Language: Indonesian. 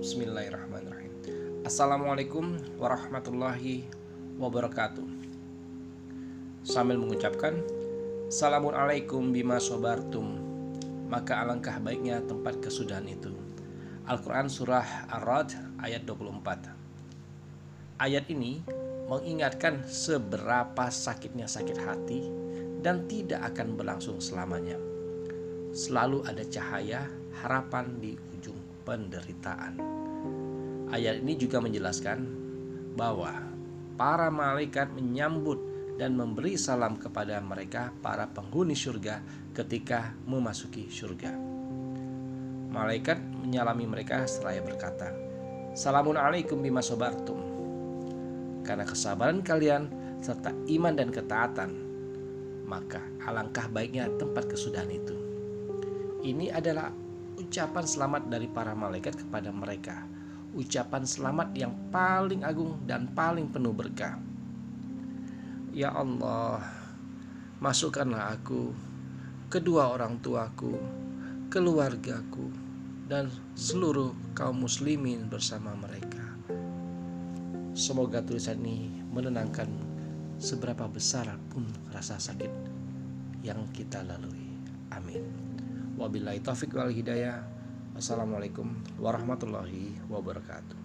Bismillahirrahmanirrahim. Assalamualaikum warahmatullahi wabarakatuh. Sambil mengucapkan Assalamualaikum bima sobartum, maka alangkah baiknya tempat kesudahan itu. Al-Quran Surah Ar-Ra'd ayat 24. Ayat ini mengingatkan seberapa sakitnya sakit hati dan tidak akan berlangsung selamanya. Selalu ada cahaya harapan di ujung penderitaan. Ayat ini juga menjelaskan bahwa para malaikat menyambut dan memberi salam kepada mereka para penghuni surga ketika memasuki surga. Malaikat menyalami mereka seraya berkata, "Salamun alaikum bima sobartum." Karena kesabaran kalian serta iman dan ketaatan, maka alangkah baiknya tempat kesudahan itu. Ini adalah ucapan selamat dari para malaikat kepada mereka, ucapan selamat yang paling agung dan paling penuh berkah. Ya Allah, masukkanlah aku, kedua orang tuaku, keluargaku, dan seluruh kaum muslimin bersama mereka. Semoga tulisan ini menenangkan seberapa besar pun rasa sakit yang kita lalui. Amin. Wabillahi taufiq wal hidayah. Wassalamualaikum warahmatullahi wabarakatuh.